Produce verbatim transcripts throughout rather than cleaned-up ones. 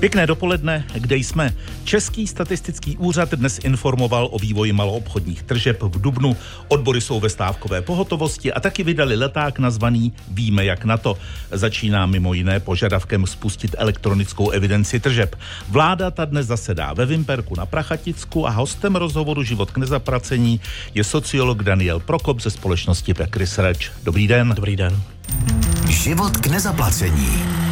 Pěkné dopoledne, kde jsme. Český statistický úřad dnes informoval o vývoji maloobchodních tržeb v dubnu. Odbory jsou ve stávkové pohotovosti a taky vydali leták nazvaný Víme jak na to. Začíná mimo jiné požadavkem spustit elektronickou evidenci tržeb. Vláda ta dnes zasedá ve Vimperku na Prachaticku a hostem rozhovoru Život k nezaplacení je sociolog Daniel Prokop ze společnosti Peck Research. Dobrý den. Dobrý den. Život k nezaplacení.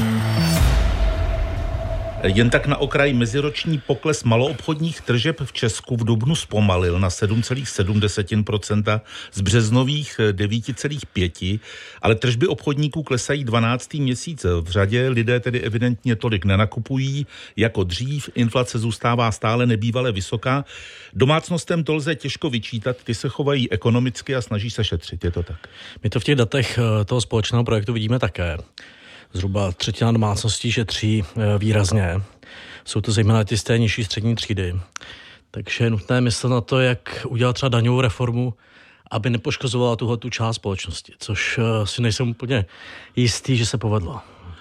Jen tak na okraj, meziroční pokles maloobchodních tržeb v Česku v dubnu zpomalil na sedm celá sedm procenta z březnových devět celá pět, ale tržby obchodníků klesají dvanáctý měsíc v řadě, lidé tedy evidentně tolik nenakupují jako dřív, inflace zůstává stále nebývale vysoká. Domácnostem to lze těžko vyčítat, ty se chovají ekonomicky a snaží se šetřit, je to tak? My to v těch datech toho společného projektu vidíme také. Zhruba třetina domácností šetří výrazně. Jsou to zejména ty z té nižší střední třídy. Takže je nutné myslet na to, jak udělat třeba daňovou reformu, aby nepoškozovala tuhletu část společnosti, což si nejsem úplně jistý, že se povedlo.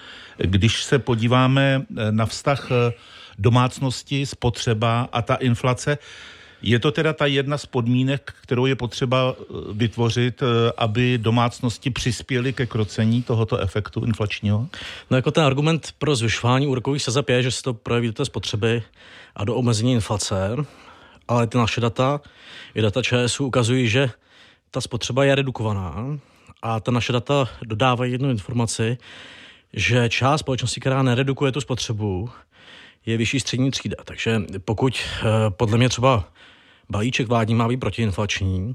Když se podíváme na vztah domácnosti, spotřeba a ta inflace, je to teda ta jedna z podmínek, kterou je potřeba vytvořit, aby domácnosti přispěly ke krocení tohoto efektu inflačního? No jako ten argument pro zvyšování úrokových sazeb je, že se to projeví do té spotřeby a do omezení inflace, ale ty naše data, i data ČSÚ ukazují, že ta spotřeba je redukovaná a ta naše data dodávají jednu informaci, že část společnosti, která neredukuje tu spotřebu, je vyšší střední třída. Takže pokud podle mě třeba balíček vládní má být protiinflační,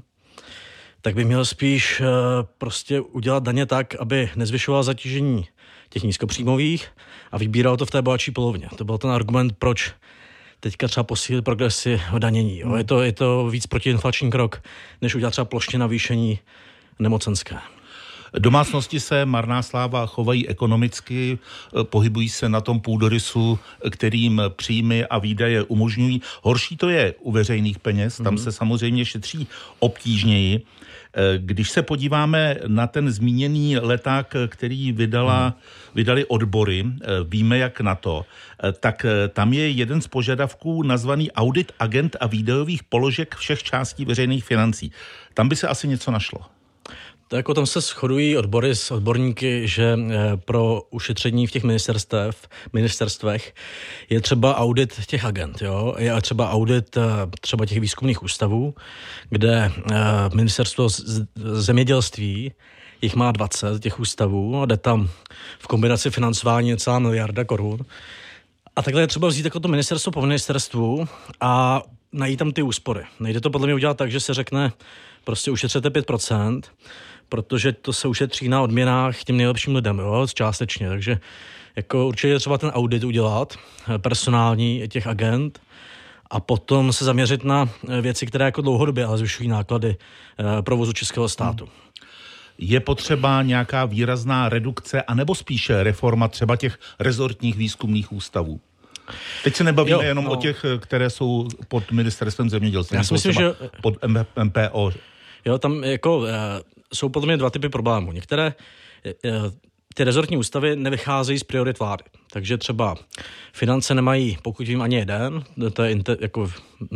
tak by měl spíš prostě udělat daně tak, aby nezvyšoval zatížení těch nízkopříjmových a vybíral to v té bohatší polovině. To byl ten argument, proč teďka třeba posílit progresi v danění. Jo. Je to, je to víc protiinflační krok, než udělat třeba plošně navýšení nemocenské. Domácnosti se, marná sláva, chovají ekonomicky, pohybují se na tom půdorysu, kterým příjmy a výdaje umožňují. Horší to je u veřejných peněz, tam mm. se samozřejmě šetří obtížněji. Když se podíváme na ten zmíněný leták, který vydala, mm. vydali odbory, Víme jak na to, tak tam je jeden z požadavků nazvaný audit agend a výdajových položek všech částí veřejných financí. Tam by se asi něco našlo. Tak jako tam se shodují odbory s odborníky, že pro ušetření v těch ministerstev, ministerstvech je třeba audit těch agent, jo? Je třeba audit třeba těch výzkumných ústavů, kde ministerstvo zemědělství, jich má dvacet těch ústavů a jde tam v kombinaci financování celá miliarda korun. A takhle je třeba vzít jako to ministerstvo po ministerstvu a najít tam ty úspory. Nejde to podle mě udělat tak, že se řekne, prostě ušetřete pět procent, protože to se ušetří na odměnách těm nejlepším lidem, jo, částečně. Takže jako určitě je třeba ten audit udělat, personální těch agent, a potom se zaměřit na věci, které jako dlouhodobě ale zvyšují náklady provozu českého státu. Je potřeba nějaká výrazná redukce, anebo spíše reforma třeba těch rezortních výzkumných ústavů? Teď se nebavíme jo, jenom no. o těch, které jsou pod ministerstvem zemědělství. Já si myslím, že pod M P O. Jo, tam jako e, jsou podle mě dva typy problémů. Některé e, ty rezortní ústavy nevycházejí z priorit vlády. Takže třeba finance nemají, pokud vím, ani jeden. To, je, jako,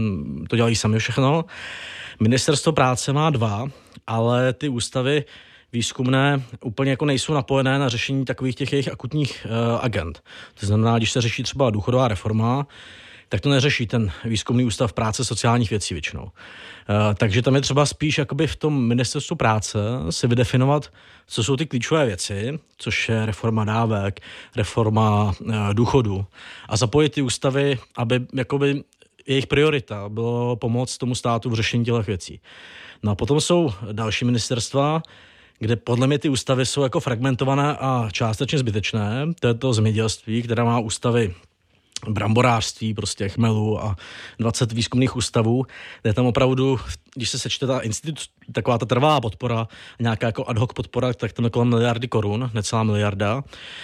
to dělají sami všechno. Ministerstvo práce má dva, ale ty ústavy výzkumné úplně jako nejsou napojené na řešení takových těch jejich akutních uh, agent. To znamená, když se řeší třeba důchodová reforma, tak to neřeší ten výzkumný ústav práce sociálních věcí většinou. Uh, takže tam je třeba spíš jakoby v tom ministerstvu práce si vydefinovat, co jsou ty klíčové věci, což je reforma dávek, reforma uh, důchodu a zapojit ty ústavy, aby jakoby jejich priorita bylo pomoct tomu státu v řešení těch věcí. No a potom jsou další ministerstva, kde podle mě ty ústavy jsou jako fragmentované a částečně zbytečné. To je to zemědělství, které má ústavy bramborářství, prostě chmelu a dvacet výzkumných ústavů, kde tam opravdu, když se sečte ta institut, taková ta trvalá podpora, nějaká jako ad hoc podpora, tak tam je kolem miliardy korun, necelá miliarda.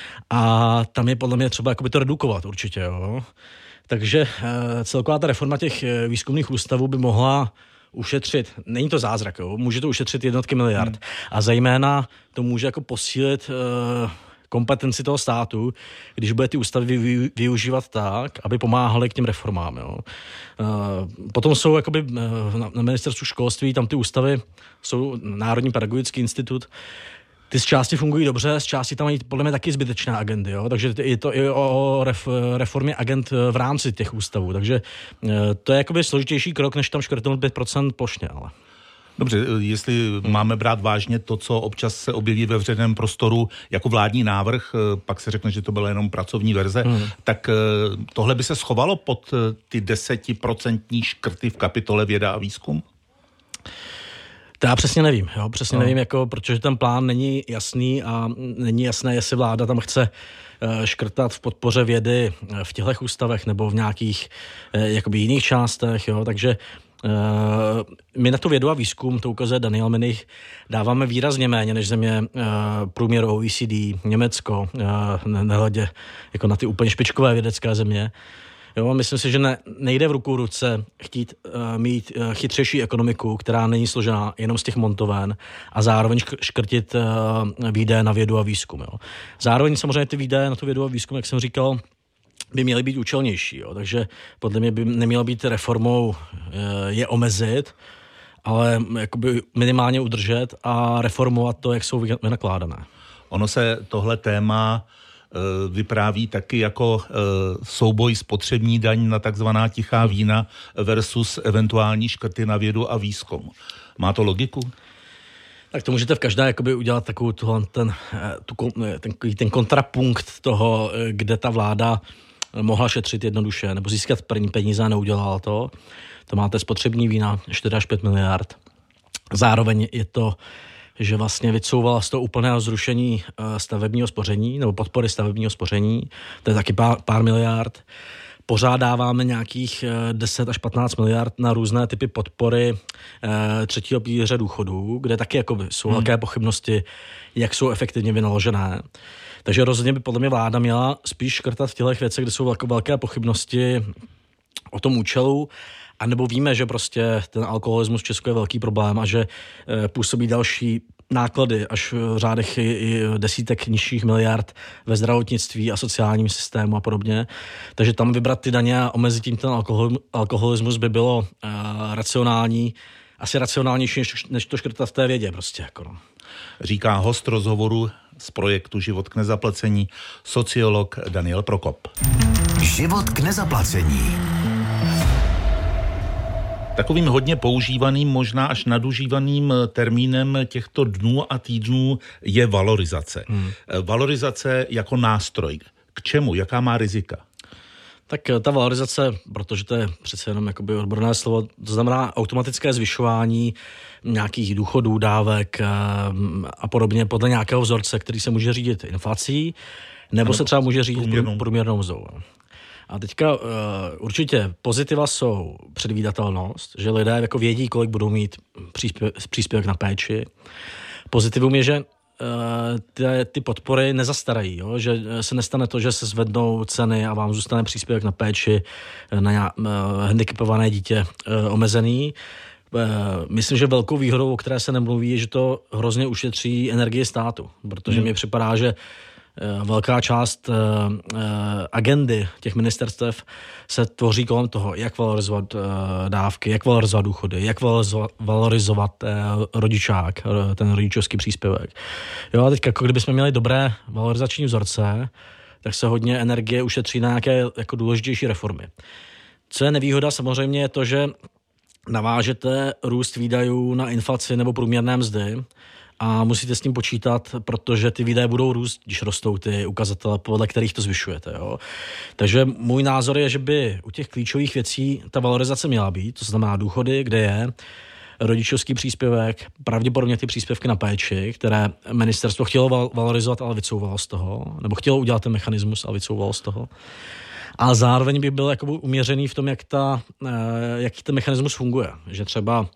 A tam je podle mě třeba jakoby to redukovat určitě, jo. Takže celková ta reforma těch výzkumných ústavů by mohla ušetřit, není to zázrak, jo? Může to ušetřit jednotky miliard. Hmm. A zejména to může jako posílit uh, kompetenci toho státu, když bude ty ústavy využívat tak, aby pomáhaly k těm reformám. Jo. Potom jsou jakoby na ministerstvu školství, tam ty ústavy jsou Národní pedagogický institut, ty z části fungují dobře, z části tam mají podle mě taky zbytečné agendy, jo? Takže je to i o ref, reformě agent v rámci těch ústavů, takže to je jakoby složitější krok, než tam škrtnout pět procent plošně, ale... Dobře, jestli hmm. máme brát vážně to, co občas se objeví ve veřejném prostoru jako vládní návrh, pak se řekne, že to byla jenom pracovní verze, hmm. tak tohle by se schovalo pod ty desetiprocentní škrty v kapitole věda a výzkum? To já přesně nevím, jo, přesně no. nevím, jako, protože ten plán není jasný a není jasné, jestli vláda tam chce škrtat v podpoře vědy v těchto ústavech nebo v nějakých jakoby jiných částech, jo, takže my na tu vědu a výzkum, to ukazuje Daniel Minich, dáváme výrazně méně než země průměru O E C D, Německo, nehledě jako na ty úplně špičkové vědecké země. Jo, myslím si, že ne, nejde v ruku v ruce chtít uh, mít uh, chytřejší ekonomiku, která není složená jenom z těch montoven a zároveň škrtit uh, výdaje na vědu a výzkum. Jo. Zároveň samozřejmě ty výdaje na tu vědu a výzkum, jak jsem říkal, by měly být účelnější. Jo. Takže podle mě by nemělo být reformou uh, je omezit, ale jakoby minimálně udržet a reformovat to, jak jsou vynakládané. Ono se tohle téma vypráví taky jako souboj spotřební daň na takzvaná tichá vína versus eventuální škrty na vědu a výzkum. Má to logiku? Tak to můžete v každé jakoby udělat takovou tuhle, ten, tu, ten, ten kontrapunkt toho, kde ta vláda mohla šetřit jednoduše nebo získat peníze a neudělala to. To máte spotřební vína čtyři až pět miliard. Zároveň je to, že vlastně vycouvala z toho úplného zrušení stavebního spoření nebo podpory stavebního spoření. To je taky pár, pár miliard. Pořád dáváme nějakých deset až patnáct miliard na různé typy podpory třetího pilíře důchodů, kde taky jako jsou hmm. velké pochybnosti, jak jsou efektivně vynaložené. Takže rozhodně by podle mě vláda měla spíš škrtat v těch věcech, kde jsou velké pochybnosti o tom účelu. A nebo víme, že prostě ten alkoholismus v Česku je velký problém a že e, působí další náklady až v řádech i, i desítek nižších miliard ve zdravotnictví a sociálním systému a podobně. Takže tam vybrat ty daně a omezit tím ten alkohol, alkoholismus by bylo e, racionální, asi racionálnější, než, než to škrtat v té vědě prostě. Jako no. Říká host rozhovoru z projektu Život k nezaplacení, sociolog Daniel Prokop. Život k nezaplacení. Takovým hodně používaným, možná až nadužívaným termínem těchto dnů a týdnů je valorizace. Hmm. Valorizace jako nástroj. K čemu? Jaká má rizika? Tak ta valorizace, protože to je přece jenom jakoby odborné slovo, to znamená automatické zvyšování nějakých důchodů, dávek a podobně podle nějakého vzorce, který se může řídit inflací, nebo se třeba může řídit průměrnou, průměrnou mzdou. A teďka uh, určitě pozitiva jsou předvídatelnost, že lidé jako vědí, kolik budou mít příspěv, příspěvek na péči. Pozitivum je, že uh, ty, ty podpory nezastarají, jo? Že se nestane to, že se zvednou ceny a vám zůstane příspěvek na péči na uh, handicapované dítě uh, omezený. Uh, myslím, že velkou výhodou, o které se nemluví, je, že to hrozně ušetří energii státu, protože hmm. mi připadá, že velká část uh, uh, agendy těch ministerstev se tvoří kolem toho, jak valorizovat uh, dávky, jak valorizovat důchody, jak valorizovat, valorizovat uh, rodičák, uh, ten rodičovský příspěvek. Jo, a teď jako kdybychom měli dobré valorizační vzorce, tak se hodně energie ušetří na nějaké jako důležitější reformy. Co je nevýhoda samozřejmě je to, že navážete růst výdajů na inflaci nebo průměrné mzdy, a musíte s tím počítat, protože ty výdaje budou růst, když rostou ty ukazatele, podle kterých to zvyšujete. Jo? Takže můj názor je, že by u těch klíčových věcí ta valorizace měla být, to znamená důchody, kde je rodičovský příspěvek, pravděpodobně ty příspěvky na péči, které ministerstvo chtělo valorizovat, ale vycouvalo z toho, nebo chtělo udělat ten mechanismus, ale vycouvalo z toho. A zároveň by byl jakoby uměřený v tom, jak, ta, jak ten mechanismus funguje. Že třeba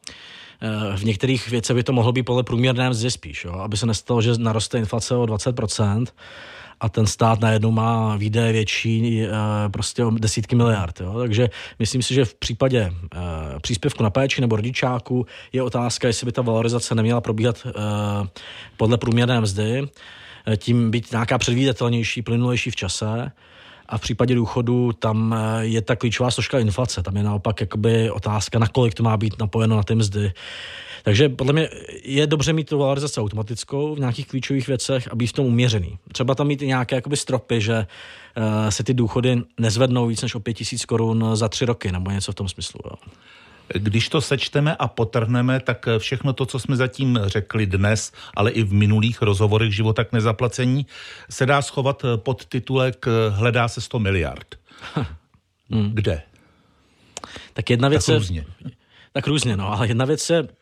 v některých věcech by to mohlo být podle průměrné mzdy spíš, jo? Aby se nestalo, že naroste inflace o dvacet procent a ten stát najednou má výdaje větší prostě o desítky miliard. Jo? Takže myslím si, že v případě příspěvku na péči nebo rodičáku je otázka, jestli by ta valorizace neměla probíhat podle průměrné mzdy. tím být nějaká předvídatelnější, plynulejší v čase. A v případě důchodu tam je ta klíčová složka inflace. Tam je naopak jakoby otázka, nakolik to má být napojeno na ty mzdy. Takže podle mě je dobře mít tu valorizaci automatickou v nějakých klíčových věcech a být v tom uměřený. Třeba tam mít i nějaké jakoby stropy, že uh, se ty důchody nezvednou víc než o pět tisíc korun za tři roky, nebo něco v tom smyslu. Jo. Když to sečteme a potrhneme, tak všechno to, co jsme zatím řekli dnes, ale i v minulých rozhovorech Života k nezaplacení, se dá schovat pod titulek Hledá se sto miliard. Hmm. Kde? Tak jedna věc tak různě. Je, tak různě, no, ale jedna věc je,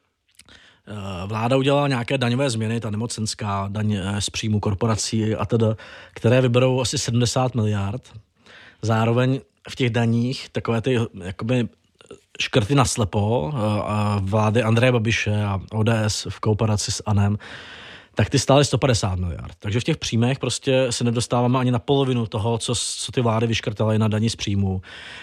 vláda udělala nějaké daňové změny, ta nemocenská, daň z příjmu korporací a teda, které vyberou asi sedmdesát miliard. Zároveň v těch daních takové ty jakoby škrty naslepo vlády Andreje Babiše a O D S v kooperaci s A N E M, tak ty stály sto padesát miliard. Takže v těch příjmech prostě se nedostáváme ani na polovinu toho, co, co ty vlády vyškrtaly na daní z příjmu,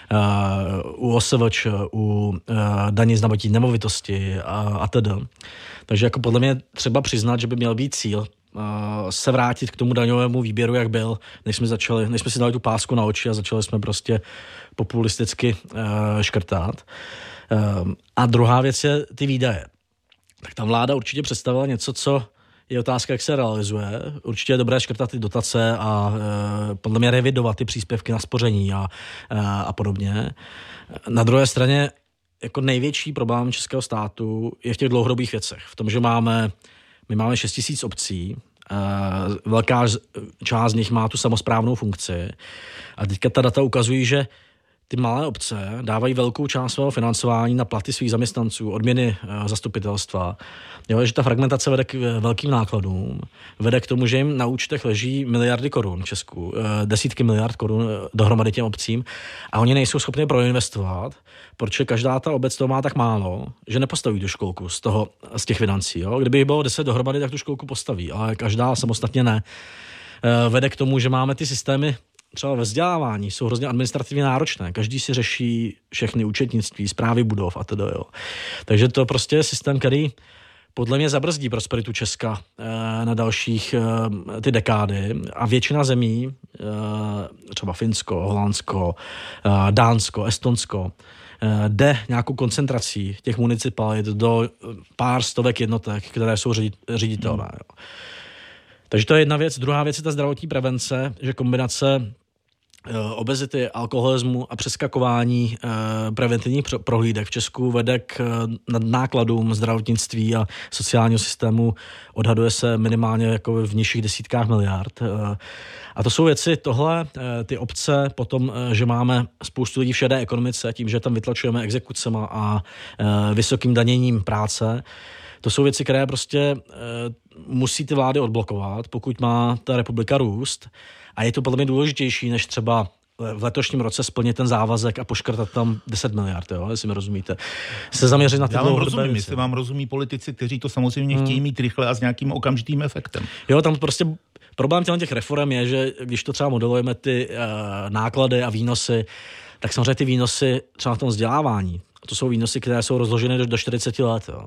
uh, u O S V Č, u uh, daní z nabytí nemovitosti a, a teda. Takže jako podle mě třeba přiznat, že by měl být cíl uh, se vrátit k tomu daňovému výběru, jak byl, než jsme začali, než jsme si dali tu pásku na oči a začali jsme prostě populisticky uh, škrtat. Uh, a druhá věc je ty výdaje. Tak tam vláda určitě představila něco, co je otázka, jak se realizuje. Určitě je dobré škrtat ty dotace a e, podle mě revidovat ty příspěvky na spoření a, e, a podobně. Na druhé straně jako největší problém českého státu je v těch dlouhodobých věcech. V tom, že máme, my máme šest tisíc obcí, e, velká část z nich má tu samosprávnou funkci a teďka ta data ukazují, že ty malé obce dávají velkou část svého financování na platy svých zaměstnanců, odměny e, zastupitelstva. Jo, že ta fragmentace vede k velkým nákladům, vede k tomu, že jim na účtech leží miliardy korun v Česku, e, desítky miliard korun dohromady těm obcím a oni nejsou schopni proinvestovat, protože každá ta obec toho má tak málo, že nepostaví tu školku z, toho, z těch financí. Jo. Kdyby jich bylo deset dohromady, tak tu školku postaví, ale každá samostatně ne. E, vede k tomu, že máme ty systémy třeba ve vzdělávání jsou hrozně administrativně náročné. Každý si řeší všechny účetnictví, správy budov a teda. Jo. Takže to prostě je systém, který podle mě zabrzdí prosperitu Česka e, na dalších e, ty dekády a většina zemí, e, třeba Finsko, Holandsko, e, Dánsko, Estonsko, e, jde nějakou koncentrací těch municipalit do pár stovek jednotek, které jsou ředitelné. Jo. Takže to je jedna věc. Druhá věc je ta zdravotní prevence, že kombinace obezity, alkoholismu a přeskakování e, preventivních prohlídek v Česku vede k nadnákladům zdravotnictví a sociálního systému. Odhaduje se minimálně jako v nižších desítkách miliard. E, a to jsou věci tohle, e, ty obce, potom, e, že máme spoustu lidí v šedé ekonomice, tím, že tam vytlačujeme exekucema a e, vysokým daněním práce. To jsou věci, které prostě e, musí ty vlády odblokovat, pokud má ta republika růst. A je to podle mě důležitější, než třeba v letošním roce splnit ten závazek a poškrtat tam deset miliard, jo, jestli mi rozumíte. Se zaměřit na ty dlouhodobé věci. Jestli vám rozumí politici, kteří to samozřejmě hmm. chtějí mít rychle a s nějakým okamžitým efektem. Jo, tam prostě problém těch reform je, že když to třeba modelujeme ty uh, náklady a výnosy, tak samozřejmě ty výnosy třeba v tom vzdělávání, to jsou výnosy, které jsou rozloženy do, do čtyřicet let. Jo.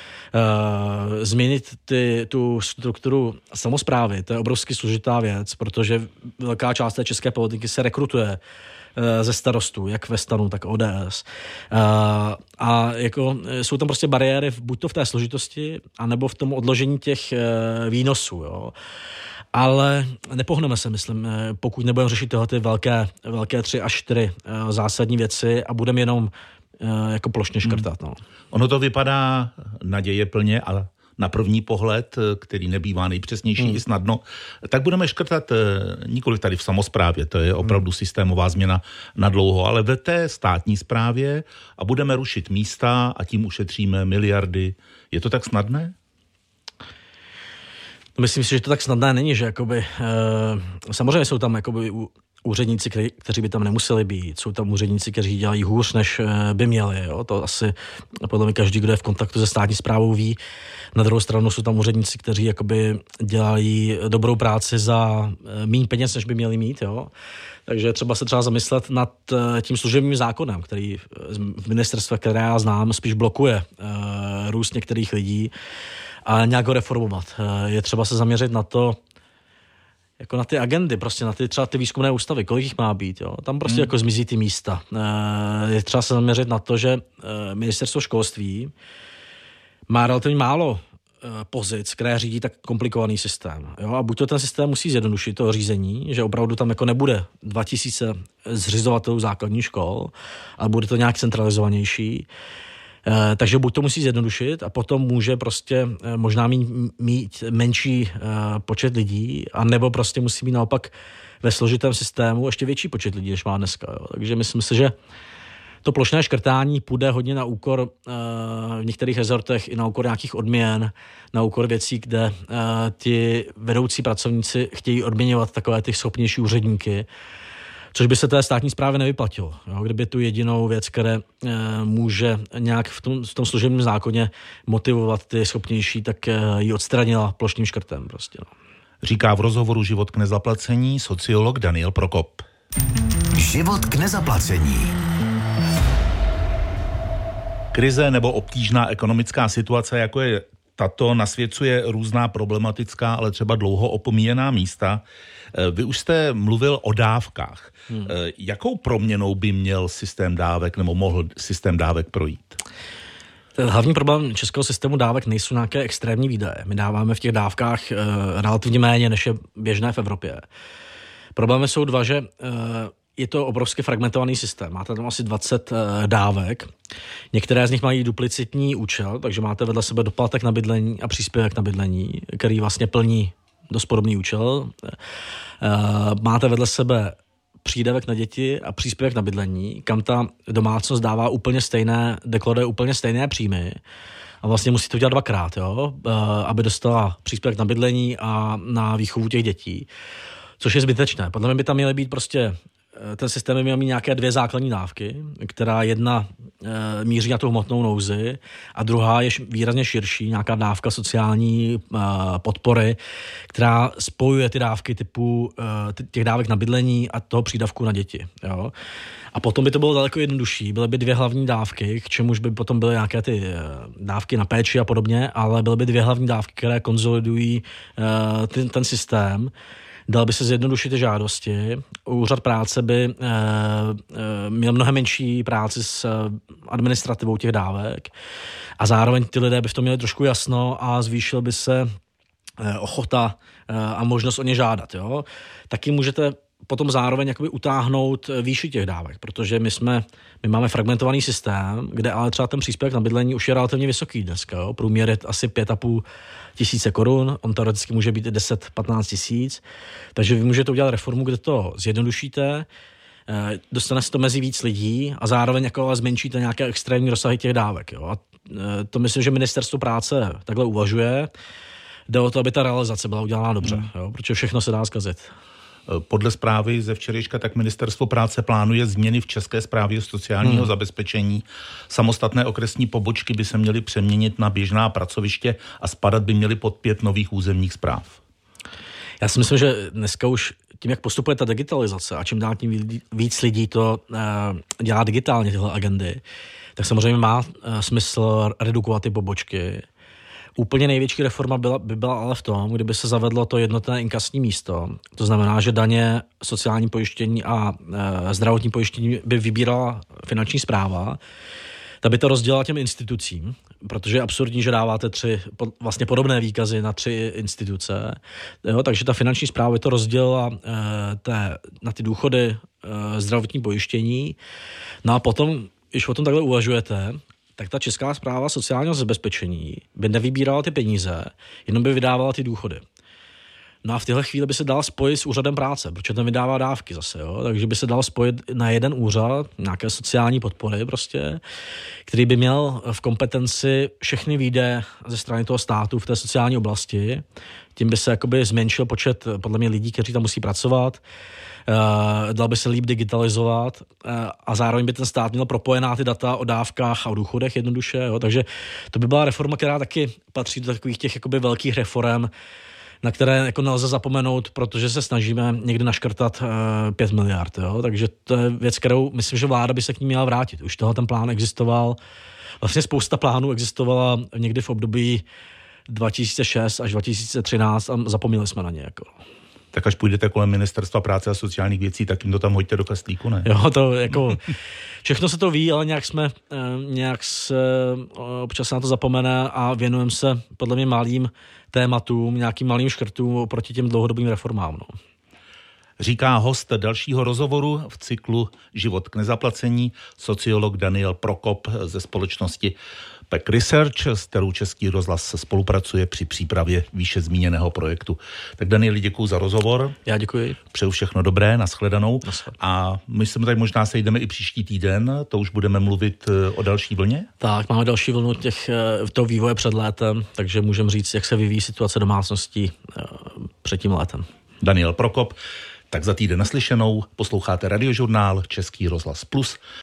Uh, změnit ty, tu strukturu samosprávy, to je obrovsky složitá věc, protože velká část té české politiky se rekrutuje uh, ze starostů, jak ve STANu, tak O D S. Uh, a jako, jsou tam prostě bariéry buď to v té složitosti, anebo v tom odložení těch uh, výnosů. Jo. Ale nepohneme se, myslím, pokud nebudeme řešit tyhle ty velké, velké tři až čtyři uh, zásadní věci a budeme jenom jako plošně škrtat. No. Ono to vypadá nadějeplně, ale na první pohled, který nebývá nejpřesnější hmm. i snadno, tak budeme škrtat nikoli tady v samosprávě, to je opravdu systémová změna na dlouho, ale ve té státní správě a budeme rušit místa a tím ušetříme miliardy. Je to tak snadné? Myslím si, že to tak snadné není, že jakoby, e, samozřejmě jsou tam jakoby úředníci, kteří, kteří by tam nemuseli být. Jsou tam úředníci, kteří dělají hůř, než by měli. Jo? To asi podle mě každý, kdo je v kontaktu se státní správou, ví. Na druhou stranu jsou tam úředníci, kteří jakoby dělají dobrou práci za méně peněz, než by měli mít. Jo? Takže třeba se třeba zamyslet nad tím služebním zákonem, který v ministerstve, které já znám, spíš blokuje uh, růst některých lidí a nějak ho reformovat. Uh, je třeba se zaměřit na to, jako na ty agendy, prostě na ty třeba ty výzkumné ústavy, kolik jich má být, jo? Tam prostě hmm. jako zmizí ty místa. Je třeba se zaměřit na to, že ministerstvo školství má relativně málo pozic, které řídí tak komplikovaný systém. Jo? A buď to ten systém musí zjednodušit, to řízení, že opravdu tam jako nebude dva tisíce zřizovatelů základních škol, ale bude to nějak centralizovanější. E, takže buď to musí zjednodušit a potom může prostě e, možná mít, mít menší e, počet lidí, anebo prostě musí mít naopak ve složitém systému ještě větší počet lidí, než má dneska. Jo? Takže myslím si, že to plošné škrtání půjde hodně na úkor uh, v některých rezortech i na úkor nějakých odměn, na úkor věcí, kde uh, ti vedoucí pracovníci chtějí odměňovat takové ty schopnější úředníky, což by se té státní správě nevyplatilo. Jo? Kdyby tu jedinou věc, které uh, může nějak v tom, v tom služebním zákoně motivovat ty schopnější, tak uh, ji odstranila plošným škrtem. Prostě, no. Říká v rozhovoru Život k nezaplacení sociolog Daniel Prokop. Život k nezaplacení. Krize nebo obtížná ekonomická situace, jako je tato, nasvěcuje různá problematická, ale třeba dlouho opomíjená místa. Vy už jste mluvil o dávkách. Hmm. Jakou proměnou by měl systém dávek nebo mohl systém dávek projít? Ten hlavní problém českého systému dávek nejsou nějaké extrémní výdaje. My dáváme v těch dávkách e, relativně méně, než je běžné v Evropě. Problémy jsou dva, že e, je to obrovsky fragmentovaný systém. Máte tam asi dvacet e, dávek. Některé z nich mají duplicitní účel, takže máte vedle sebe doplatek na bydlení a příspěvek na bydlení, který vlastně plní dost podobný účel. E, máte vedle sebe přídavek na děti a příspěvek na bydlení, kam ta domácnost dává úplně stejné, deklaruje úplně stejné příjmy a vlastně musí to dělat dvakrát, jo? Aby dostala příspěvek na bydlení a na výchovu těch dětí, což je zbytečné. Podle mě by tam měly být prostě, ten systém by měl mít nějaké dvě základní dávky, která jedna e, míří na tu hmotnou nouzi a druhá je výrazně širší, nějaká dávka sociální e, podpory, která spojuje ty dávky typu e, těch dávek na bydlení a toho přídavku na děti. Jo? A potom by to bylo daleko jednodušší. Byly by dvě hlavní dávky, k čemuž by potom byly nějaké ty e, dávky na péči a podobně, ale byly by dvě hlavní dávky, které konsolidují e, ten, ten systém. Dal by se zjednodušit ty žádosti. Úřad práce by e, e, měl mnohem menší práci s administrativou těch dávek a zároveň ty lidé by v tom měli trošku jasno a zvýšil by se e, ochota e, a možnost o ně žádat. Jo? Taky můžete potom zároveň jakoby utáhnout výši těch dávek, protože my jsme, my máme fragmentovaný systém, kde ale třeba ten příspěvek na bydlení už je relativně vysoký dneska. Jo? Průměr je asi pět a půl tisíce korun, on teoreticky může být deset patnáct tisíc, takže vy můžete udělat reformu, kde to zjednodušíte, dostane se to mezi víc lidí a zároveň jako zmenšíte nějaké extrémní rozsahy těch dávek. Jo? A to myslím, že ministerstvo práce takhle uvažuje. Jde o to, aby ta realizace byla udělána dobře, hmm. jo? Protože všechno se dá zkazit. Podle zprávy ze včerejška tak ministerstvo práce plánuje změny v České správě sociálního hmm. zabezpečení. Samostatné okresní pobočky by se měly přeměnit na běžná pracoviště a spadat by měly pod pět nových územních správ. Já si myslím, že dneska už tím, jak postupuje ta digitalizace a čím dál tím víc lidí to uh, dělá digitálně tyhle agendy, tak samozřejmě má uh, smysl redukovat ty pobočky. Úplně největší reforma byla, by byla ale v tom, kdyby se zavedlo to jednotné inkasní místo. To znamená, že daně, sociální pojištění a e, zdravotní pojištění by vybírala finanční správa, tak by to rozdělala těm institucím, protože je absurdní, že dáváte tři po, vlastně podobné výkazy na tři instituce. Jo, takže ta finanční správa by to rozdělila e, té, na ty důchody, e, zdravotní pojištění. No a potom, když o tom takhle uvažujete, tak ta Česká správa sociálního zabezpečení by nevybírala ty peníze, jenom by vydávala ty důchody. No a v téhle chvíli by se dal spojit s úřadem práce, protože ten vydává dávky zase, jo? Takže by se dal spojit na jeden úřad, nějaké sociální podpory prostě, který by měl v kompetenci všechny výdaje ze strany toho státu v té sociální oblasti. Tím by se jakoby zmenšil počet podle mě lidí, kteří tam musí pracovat, Uh, dal by se líp digitalizovat uh, a zároveň by ten stát měl propojená ty data o dávkách a o důchodech jednoduše. Jo? Takže to by byla reforma, která taky patří do takových těch jakoby velkých reform, na které jako nelze zapomenout, protože se snažíme někdy naškrtat uh, pět miliard. Jo? Takže to je věc, kterou myslím, že vláda by se k ní měla vrátit. Už tohle ten plán existoval. Vlastně spousta plánů existovala někdy v období dva tisíce šest až dva tisíce třináct a zapomněli jsme na ně. Jako. Tak až půjdete kolem Ministerstva práce a sociálních věcí, tak jim to tam hoďte do kastlíku, ne? Jo, to jako, všechno se to ví, ale nějak jsme, nějak se občas na to zapomene a věnujeme se podle mě malým tématům, nějakým malým škrtům oproti těm dlouhodobým reformám. No. Říká host dalšího rozhovoru v cyklu Život k nezaplacení, sociolog Daniel Prokop ze společnosti P E C Research, s kterou Český rozhlas spolupracuje při přípravě výše zmíněného projektu. Tak Danieli, děkuju za rozhovor. Já děkuji. Přeju všechno dobré, nashledanou. Naschledanou. A my se tady možná sejdeme i příští týden, to už budeme mluvit o další vlně? Tak, máme další vlnu těch, toho vývoje před létem, takže můžeme říct, jak se vyvíjí situace domácností před tím létem. Daniel Prokop. Tak za týden naslyšenou posloucháte Radiožurnál Český rozhlas Plus.